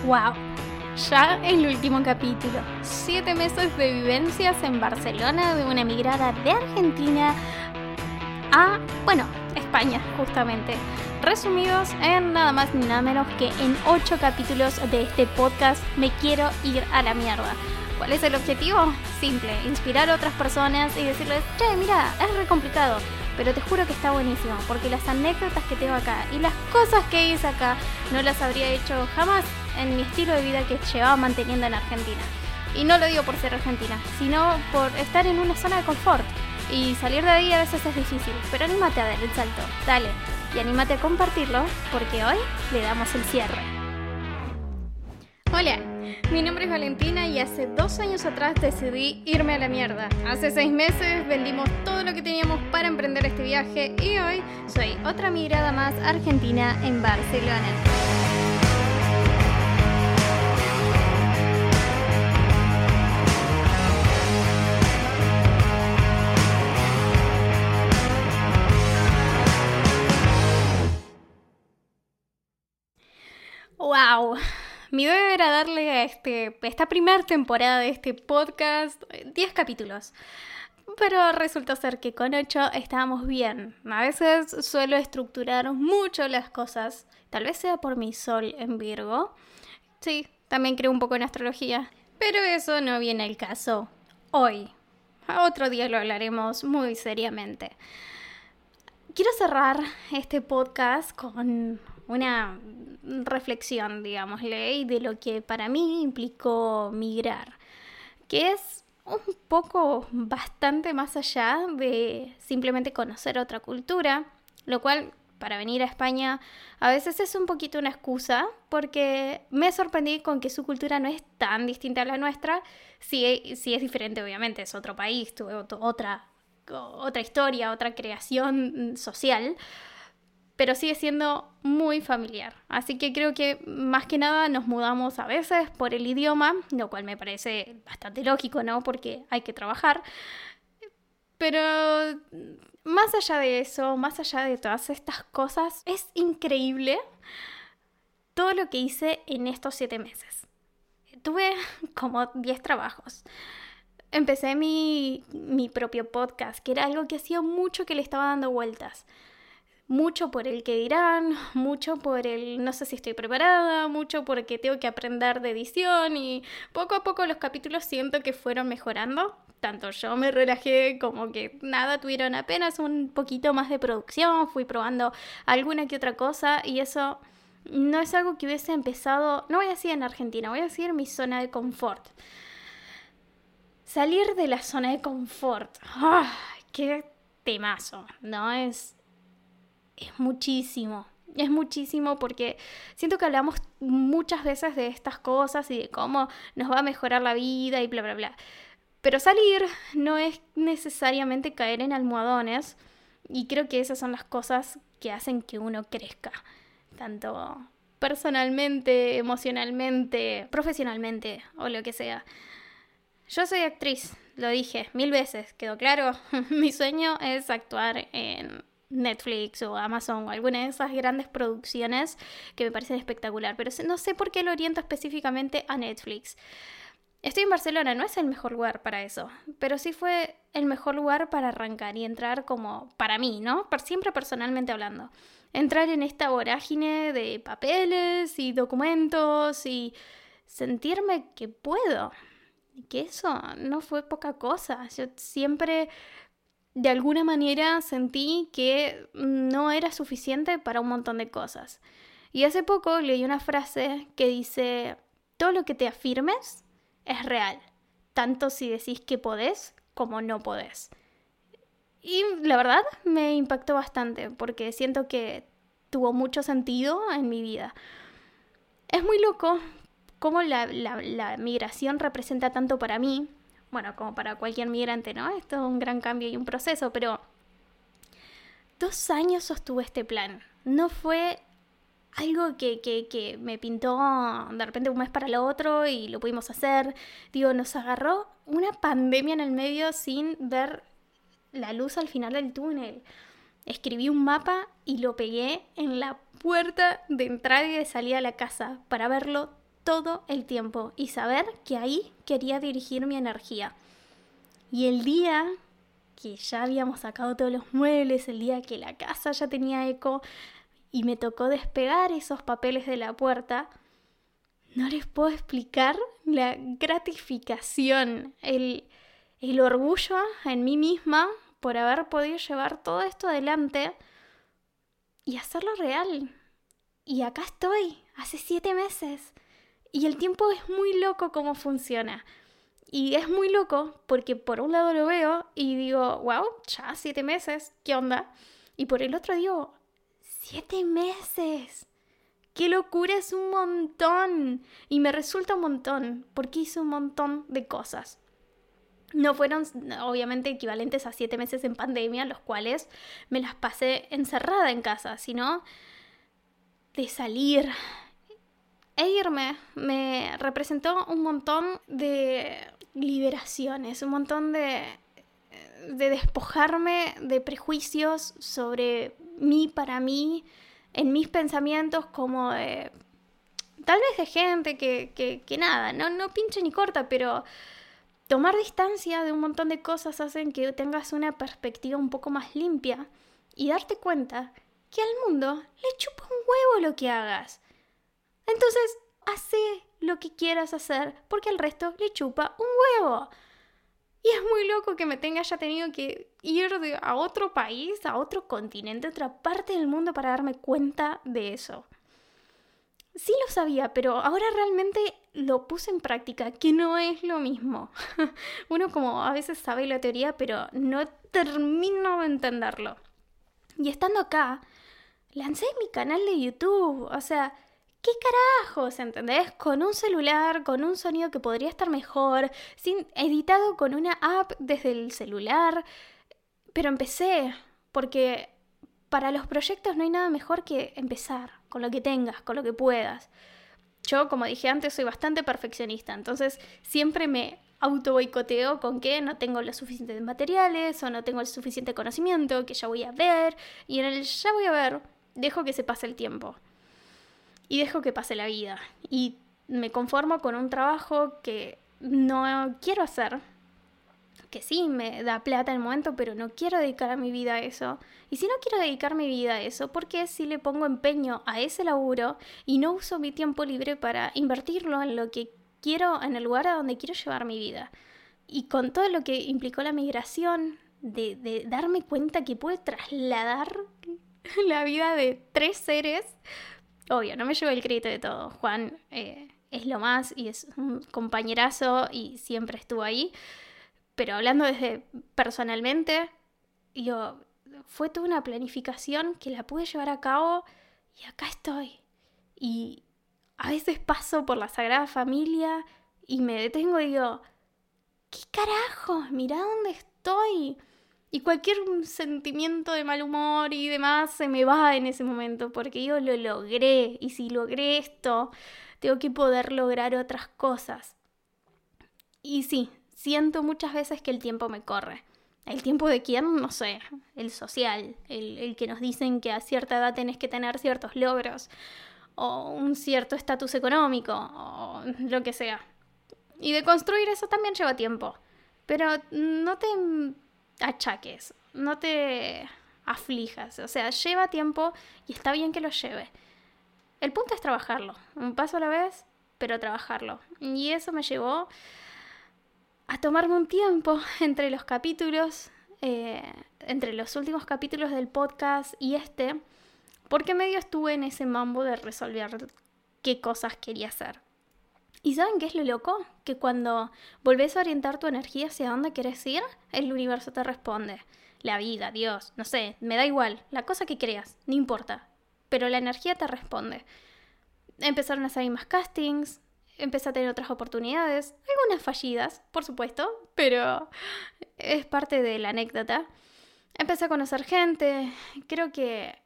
Wow, ya el último capítulo. 7 meses de vivencias en Barcelona de una emigrada de Argentina a, España justamente. Resumidos en nada más ni nada menos que en 8 capítulos de este podcast Me Quiero Ir a la Mierda. ¿Cuál es el objetivo? Simple, inspirar a otras personas y decirles, che, mira, es re complicado, pero te juro que está buenísimo, porque las anécdotas que tengo acá y las cosas que hice acá no las habría hecho jamás en mi estilo de vida que llevaba manteniendo en Argentina. Y no lo digo por ser argentina, sino por estar en una zona de confort. Y salir de ahí a veces es difícil, pero anímate a dar el salto, dale, y anímate a compartirlo, porque hoy le damos el cierre. Hola, mi nombre es Valentina y hace 2 años atrás decidí irme a la mierda. Hace 6 meses vendimos todo lo que teníamos para emprender este viaje y hoy soy otra migrada más argentina en Barcelona. ¡Wow! Mi idea era darle a esta primera temporada de este podcast 10 capítulos. Pero resultó ser que con 8 estábamos bien. A veces suelo estructurar mucho las cosas. Tal vez sea por mi sol en Virgo. Sí, también creo un poco en astrología. Pero eso no viene al caso hoy. Otro día lo hablaremos muy seriamente. Quiero cerrar este podcast con una reflexión, digámosle, y de lo que para mí implicó migrar, que es un poco bastante más allá de simplemente conocer otra cultura, lo cual para venir a España a veces es un poquito una excusa, porque me sorprendí con que su cultura no es tan distinta a la nuestra. Sí es diferente, obviamente, es otro país, tuve otra historia, otra creación social, pero sigue siendo muy familiar. Así que creo que más que nada nos mudamos a veces por el idioma, lo cual me parece bastante lógico, ¿no? Porque hay que trabajar. Pero más allá de eso, más allá de todas estas cosas, es increíble todo lo que hice en estos 7 meses. Tuve como 10 trabajos. Empecé mi propio podcast, que era algo que hacía mucho que le estaba dando vueltas. Mucho por el que dirán, mucho por el no sé si estoy preparada, mucho porque tengo que aprender de edición y poco a poco los capítulos siento que fueron mejorando. Tanto yo me relajé como que nada, tuvieron apenas un poquito más de producción, fui probando alguna que otra cosa y eso no es algo que hubiese empezado, no voy a decir en Argentina, voy a decir en mi zona de confort. Salir de la zona de confort, qué temazo, ¿no? Es muchísimo porque siento que hablamos muchas veces de estas cosas y de cómo nos va a mejorar la vida y bla, bla, bla. Pero salir no es necesariamente caer en almohadones y creo que esas son las cosas que hacen que uno crezca, tanto personalmente, emocionalmente, profesionalmente o lo que sea. Yo soy actriz, lo dije 1000 veces, ¿quedó claro? Mi sueño es actuar en Netflix o Amazon o alguna de esas grandes producciones que me parecen espectacular, pero no sé por qué lo oriento específicamente a Netflix. Estoy en Barcelona, no es el mejor lugar para eso, pero sí fue el mejor lugar para arrancar y entrar como, para mí, ¿no? Siempre personalmente hablando. Entrar en esta vorágine de papeles y documentos y sentirme que puedo. Y que eso no fue poca cosa. Yo siempre de alguna manera sentí que no era suficiente para un montón de cosas. Y hace poco leí una frase que dice, todo lo que te afirmes es real, tanto si decís que podés como no podés. Y la verdad me impactó bastante porque siento que tuvo mucho sentido en mi vida. Es muy loco cómo la migración representa tanto para mí, bueno, como para cualquier migrante, ¿no? Esto es un gran cambio y un proceso, pero 2 años sostuve este plan. No fue algo que me pintó de repente un mes para el otro y lo pudimos hacer. Digo, nos agarró una pandemia en el medio sin ver la luz al final del túnel. Escribí un mapa y lo pegué en la puerta de entrada y de salida a la casa para verlo todo el tiempo y saber que ahí quería dirigir mi energía. Y el día que ya habíamos sacado todos los muebles, el día que la casa ya tenía eco y me tocó despegar esos papeles de la puerta, no les puedo explicar la gratificación, el orgullo en mí misma por haber podido llevar todo esto adelante y hacerlo real. Y acá estoy, hace 7 meses. Y el tiempo es muy loco cómo funciona. Y es muy loco porque por un lado lo veo y digo, wow, ya 7 meses, ¿qué onda? Y por el otro digo, 7 meses. ¡Qué locura! Es un montón. Y me resulta un montón porque hice un montón de cosas. No fueron, obviamente, equivalentes a 7 meses en pandemia, los cuales me las pasé encerrada en casa, sino de salir e irme. Me representó un montón de liberaciones, un montón de despojarme de prejuicios sobre mí, para mí, en mis pensamientos, como de, tal vez de gente que nada, no pinche ni corta, pero tomar distancia de un montón de cosas hacen que tengas una perspectiva un poco más limpia y darte cuenta que al mundo le chupa un huevo lo que hagas. Entonces, hace lo que quieras hacer porque al resto le chupa un huevo. Y es muy loco que me haya tenido que ir a otro país, a otro continente, a otra parte del mundo para darme cuenta de eso. Sí lo sabía, pero ahora realmente lo puse en práctica, que no es lo mismo. Uno como a veces sabe la teoría, pero no termino de entenderlo. Y estando acá, lancé mi canal de YouTube, o sea, ¿qué carajos, entendés? Con un celular, con un sonido que podría estar mejor, editado con una app desde el celular. Pero empecé, porque para los proyectos no hay nada mejor que empezar, con lo que tengas, con lo que puedas. Yo, como dije antes, soy bastante perfeccionista, entonces siempre me auto boicoteo con que no tengo los suficientes materiales o no tengo el suficiente conocimiento, que ya voy a ver, y en el ya voy a ver, dejo que se pase el tiempo. Y dejo que pase la vida. Y me conformo con un trabajo que no quiero hacer. Que sí, me da plata en el momento, pero no quiero dedicar a mi vida a eso. Y si no quiero dedicar mi vida a eso, ¿por qué si le pongo empeño a ese laburo y no uso mi tiempo libre para invertirlo en lo que quiero, en el lugar a donde quiero llevar mi vida? Y con todo lo que implicó la migración, de darme cuenta que puede trasladar la vida de 3 seres. Obvio, no me llevo el crédito de todo. Juan es lo más y es un compañerazo y siempre estuvo ahí. Pero hablando desde personalmente, fue toda una planificación que la pude llevar a cabo y acá estoy. Y a veces paso por la Sagrada Familia y me detengo y digo, ¿qué carajo? Mirá dónde estoy. Y cualquier sentimiento de mal humor y demás se me va en ese momento porque yo lo logré. Y si logré esto, tengo que poder lograr otras cosas. Y sí, siento muchas veces que el tiempo me corre. ¿El tiempo de quién? No sé. El social. El que nos dicen que a cierta edad tenés que tener ciertos logros. O un cierto estatus económico. O lo que sea. Y de construir eso también lleva tiempo. Pero no te achaques. No te aflijas. O sea, lleva tiempo y está bien que lo lleve. El punto es trabajarlo. Un paso a la vez, pero trabajarlo. Y eso me llevó a tomarme un tiempo entre los capítulos, entre los últimos capítulos del podcast y porque medio estuve en ese mambo de resolver qué cosas quería hacer. ¿Y saben qué es lo loco? Que cuando volvés a orientar tu energía hacia dónde querés ir, el universo te responde. La vida, Dios, no sé, me da igual, la cosa que creas, no importa. Pero la energía te responde. Empezaron a salir más castings, empecé a tener otras oportunidades, algunas fallidas, por supuesto, pero es parte de la anécdota. Empecé a conocer gente, creo que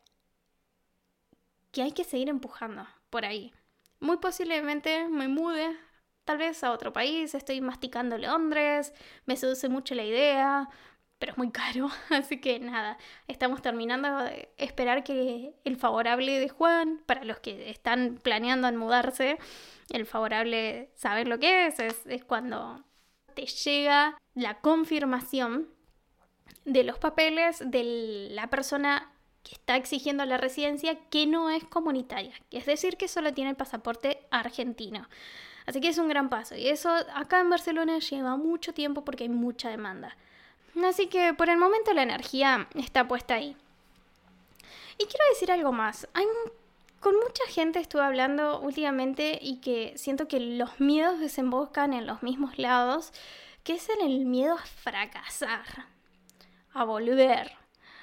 hay que seguir empujando por ahí. Muy posiblemente me mude, tal vez a otro país, estoy masticando Londres, me seduce mucho la idea, pero es muy caro. Así que nada, estamos terminando de esperar que el favorable de Juan, para los que están planeando en mudarse, el favorable, saber lo que es cuando te llega la confirmación de los papeles de la persona que está exigiendo la residencia que no es comunitaria, es decir, que solo tiene el pasaporte argentino. Así que es un gran paso y eso acá en Barcelona lleva mucho tiempo porque hay mucha demanda. Así que por el momento la energía está puesta ahí. Y quiero decir algo más. Con mucha gente estuve hablando últimamente y que siento que los miedos desembocan en los mismos lados, que es en el miedo a fracasar, a volver.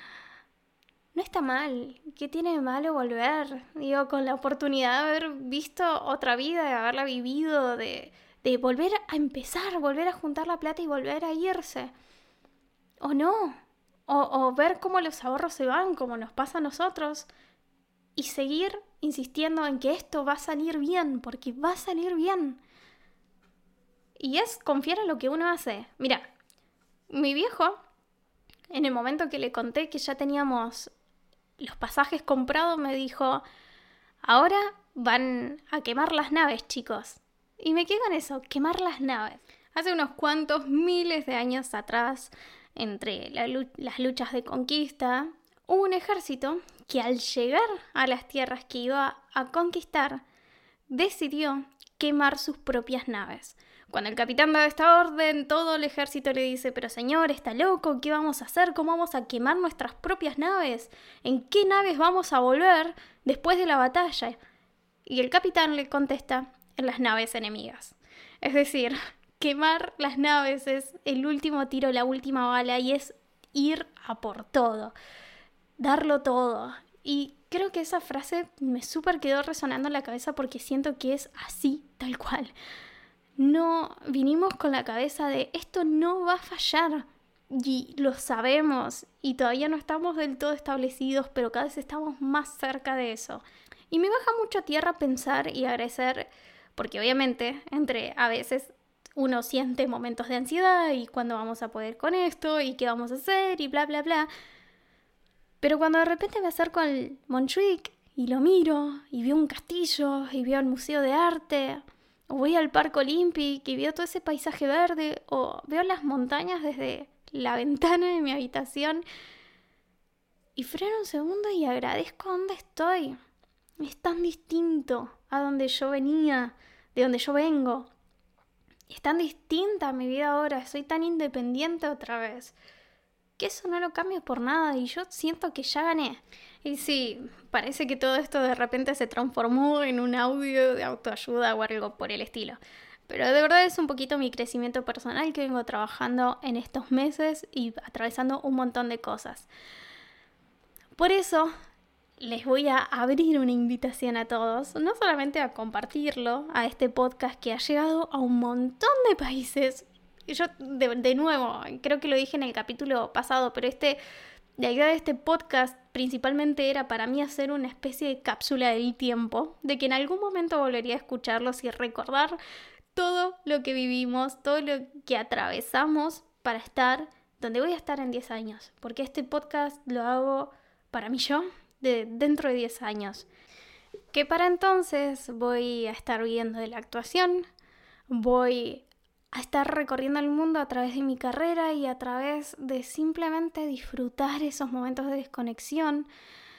No está mal. ¿Qué tiene de malo volver? Digo, con la oportunidad de haber visto otra vida, de haberla vivido, de volver a empezar, volver a juntar la plata y volver a irse. O no. O ver cómo los ahorros se van, como nos pasa a nosotros. Y seguir insistiendo en que esto va a salir bien, porque va a salir bien. Y es confiar en lo que uno hace. Mira, mi viejo, en el momento que le conté que ya teníamos los pasajes comprados, me dijo, ahora van a quemar las naves, chicos. Y me quedé con eso, quemar las naves. Hace unos cuantos miles de años atrás, entre las luchas de conquista, hubo un ejército que al llegar a las tierras que iba a conquistar, decidió quemar sus propias naves. Cuando el capitán da esta orden, todo el ejército le dice, pero señor, ¿está loco? ¿Qué vamos a hacer? ¿Cómo vamos a quemar nuestras propias naves? ¿En qué naves vamos a volver después de la batalla? Y el capitán le contesta, en las naves enemigas. Es decir, quemar las naves es el último tiro, la última bala y es ir a por todo, darlo todo. Y creo que esa frase me súper quedó resonando en la cabeza porque siento que es así, tal cual. No vinimos con la cabeza de esto no va a fallar y lo sabemos y todavía no estamos del todo establecidos, pero cada vez estamos más cerca de eso. Y me baja mucho tierra pensar y agradecer, porque obviamente a veces uno siente momentos de ansiedad y cuándo vamos a poder con esto y qué vamos a hacer y bla bla bla. Pero cuando de repente me acerco al Montjuic y lo miro y veo un castillo y veo el Museo de Arte, o voy al Parque Olímpico y veo todo ese paisaje verde, o veo las montañas desde la ventana de mi habitación y freno un segundo y agradezco dónde estoy. Es tan distinto a donde yo venía, de donde yo vengo. Es tan distinta mi vida ahora, soy tan independiente otra vez, que eso no lo cambio por nada y yo siento que ya gané. Y sí, parece que todo esto de repente se transformó en un audio de autoayuda o algo por el estilo. Pero de verdad es un poquito mi crecimiento personal que vengo trabajando en estos meses y atravesando un montón de cosas. Por eso les voy a abrir una invitación a todos, no solamente a compartirlo, a este podcast que ha llegado a un montón de países. Yo, de nuevo, creo que lo dije en el capítulo pasado, pero la idea de este podcast principalmente era para mí hacer una especie de cápsula del tiempo, de que en algún momento volvería a escucharlos y recordar todo lo que vivimos, todo lo que atravesamos para estar donde voy a estar en 10 años. Porque este podcast lo hago para mí yo, dentro de 10 años. Que para entonces voy a estar viviendo de la actuación, voy a estar recorriendo el mundo a través de mi carrera y a través de simplemente disfrutar esos momentos de desconexión,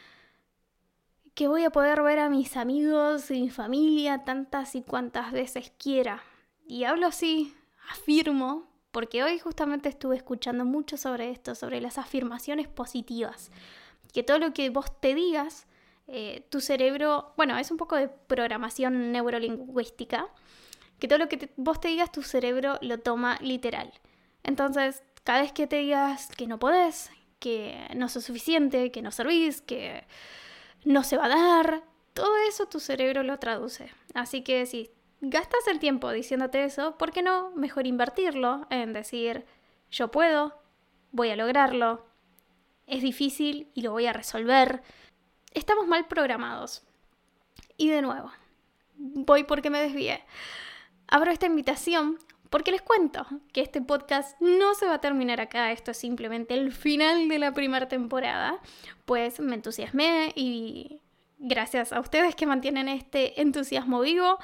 que voy a poder ver a mis amigos y mi familia tantas y cuantas veces quiera. Y hablo así, afirmo, porque hoy justamente estuve escuchando mucho sobre esto, sobre las afirmaciones positivas. Que todo lo que vos te digas, tu cerebro, bueno, es un poco de programación neurolingüística, que todo lo que vos te digas, tu cerebro lo toma literal. Entonces, cada vez que te digas que no podés, que no sos suficiente, que no servís, que no se va a dar, todo eso tu cerebro lo traduce. Así que si gastas el tiempo diciéndote eso, ¿por qué no mejor invertirlo en decir, yo puedo, voy a lograrlo, es difícil y lo voy a resolver? Estamos mal programados. Y de nuevo, voy porque me desvié. Abro esta invitación Porque les cuento que este podcast no se va a terminar acá, esto es simplemente el final de la primera temporada, pues me entusiasmé y gracias a ustedes que mantienen este entusiasmo vivo,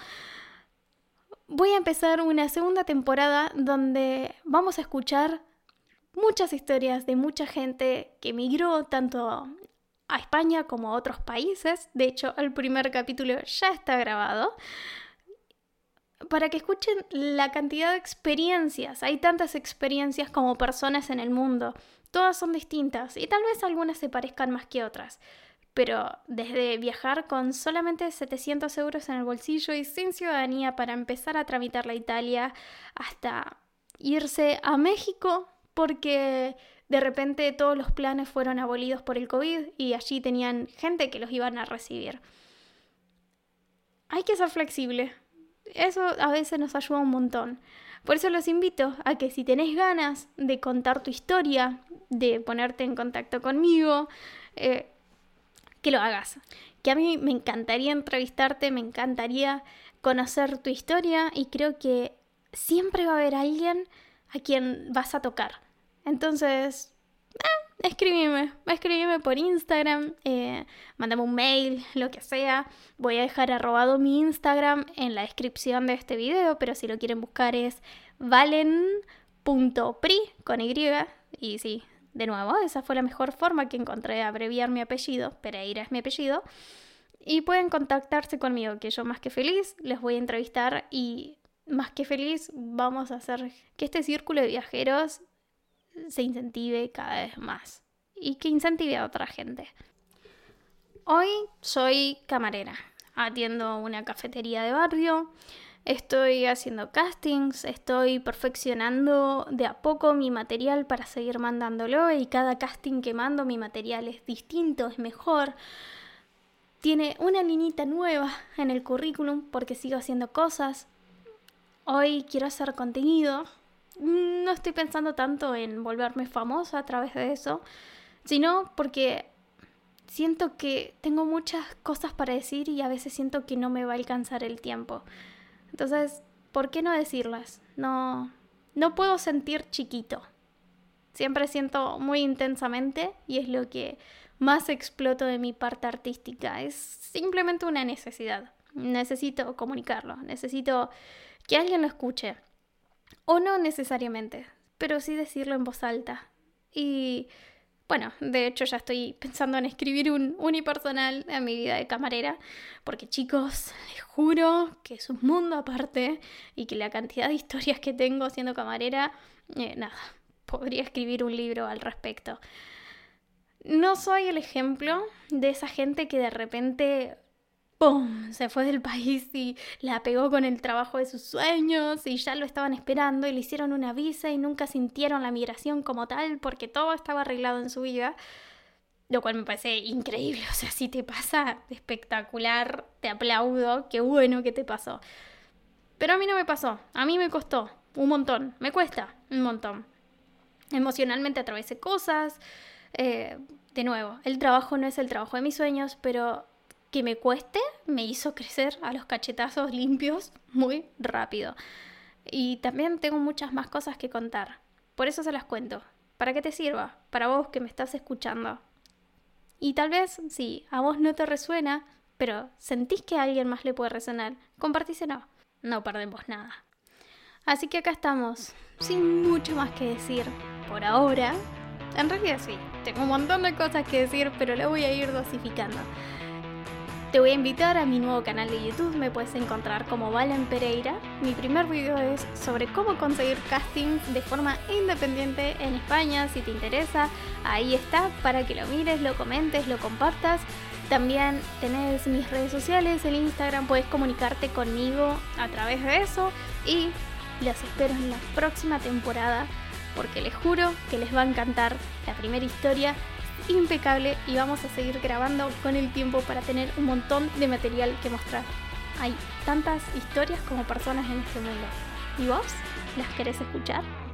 voy a empezar una segunda temporada donde vamos a escuchar muchas historias de mucha gente que emigró tanto a España como a otros países. De hecho, el primer capítulo ya está grabado, para que escuchen la cantidad de experiencias. Hay tantas experiencias como personas en el mundo. Todas son distintas y tal vez algunas se parezcan más que otras. Pero desde viajar con solamente 700 euros en el bolsillo y sin ciudadanía para empezar a tramitar la Italia, hasta irse a México porque de repente todos los planes fueron abolidos por el COVID y allí tenían gente que los iban a recibir. Hay que ser flexible. Eso a veces nos ayuda un montón. Por eso los invito a que si tenés ganas de contar tu historia, de ponerte en contacto conmigo, que lo hagas. Que a mí me encantaría entrevistarte, me encantaría conocer tu historia y creo que siempre va a haber alguien a quien vas a tocar. Entonces, escríbeme por Instagram, mándame un mail, lo que sea. Voy a dejar arrobado mi Instagram en la descripción de este video, pero si lo quieren buscar es valen.pri con Y. Y sí, de nuevo, esa fue la mejor forma que encontré de abreviar mi apellido. Pereira es mi apellido. Y pueden contactarse conmigo, que yo más que feliz les voy a entrevistar y más que feliz vamos a hacer que este círculo de viajeros se incentive cada vez más y que incentive a otra gente. Hoy soy camarera, atiendo una cafetería de barrio, estoy haciendo castings, estoy perfeccionando de a poco mi material para seguir mandándolo y cada casting que mando mi material es distinto, es mejor. Tiene una niñita nueva en el currículum porque sigo haciendo cosas. Hoy quiero hacer contenido. No estoy pensando tanto en volverme famosa a través de eso, sino porque siento que tengo muchas cosas para decir y a veces siento que no me va a alcanzar el tiempo. Entonces, ¿por qué no decirlas? No puedo sentir chiquito. Siempre siento muy intensamente y es lo que más exploto de mi parte artística. Es simplemente una necesidad. Necesito comunicarlo, necesito que alguien lo escuche. O no necesariamente, pero sí decirlo en voz alta. Y bueno, de hecho ya estoy pensando en escribir un unipersonal en mi vida de camarera, porque chicos, les juro que es un mundo aparte y que la cantidad de historias que tengo siendo camarera, podría escribir un libro al respecto. No soy el ejemplo de esa gente que de repente ¡pum!, se fue del país y la pegó con el trabajo de sus sueños y ya lo estaban esperando y le hicieron una visa y nunca sintieron la migración como tal porque todo estaba arreglado en su vida, lo cual me parece increíble. O sea, si te pasa, espectacular, te aplaudo, qué bueno que te pasó. Pero a mí no me pasó, a mí me costó un montón, me cuesta un montón. Emocionalmente atravesé cosas, de nuevo, el trabajo no es el trabajo de mis sueños, pero que me cueste me hizo crecer a los cachetazos limpios muy rápido. Y también tengo muchas más cosas que contar. Por eso se las cuento. Para que te sirva, para vos que me estás escuchando. Y tal vez, si a vos no te resuena, pero sentís que a alguien más le puede resonar, compartíselo. No perdemos nada. Así que acá estamos, sin mucho más que decir por ahora. En realidad sí, tengo un montón de cosas que decir, pero lo voy a ir dosificando. Te voy a invitar a mi nuevo canal de YouTube, me puedes encontrar como Valen Pereira. Mi primer video es sobre cómo conseguir castings de forma independiente en España. Si te interesa, ahí está para que lo mires, lo comentes, lo compartas. También tenés mis redes sociales, en Instagram, puedes comunicarte conmigo a través de eso. Y los espero en la próxima temporada porque les juro que les va a encantar. La primera historia impecable y vamos a seguir grabando con el tiempo para tener un montón de material que mostrar. Hay tantas historias como personas en este mundo. ¿Y vos? ¿Las querés escuchar?